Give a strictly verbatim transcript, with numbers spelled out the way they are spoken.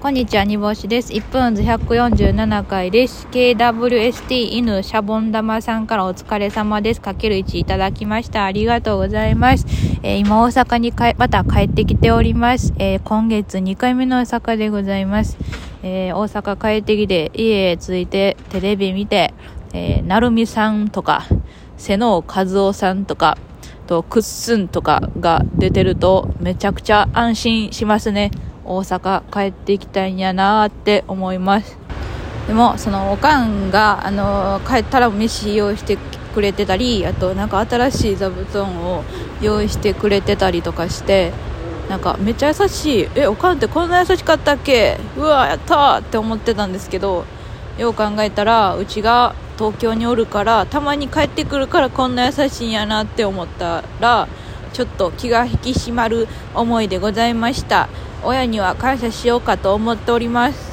こんにちは、煮干しです。いっぷんずひゃくよんじゅうななかいです。ケーダブリューエスティー 犬シャボン玉さんからお疲れ様です。かけるいちいただきました。ありがとうございます。えー、今大阪にかまた帰ってきております。えー、今月にかいめの大阪でございます。えー、大阪帰ってきて家へ着いてテレビ見て、えー、なるみさんとか瀬能和夫さんとかとくっすんとかが出てるとめちゃくちゃ安心しますね。大阪帰ってきたんやなーって思います。でもそのおかんがあのー、帰ったら飯用意してくれてたり、あとなんか新しい座布団を用意してくれてたりとかして、なんかめっちゃ優しい。え、おかんってこんな優しかったっけ、うわやったーって思ってたんですけど、よう考えたらうちが東京におるからたまに帰ってくるからこんな優しいんやなって思ったら、ちょっと気が引き締まる思いでございました。親には感謝しようかと思っております。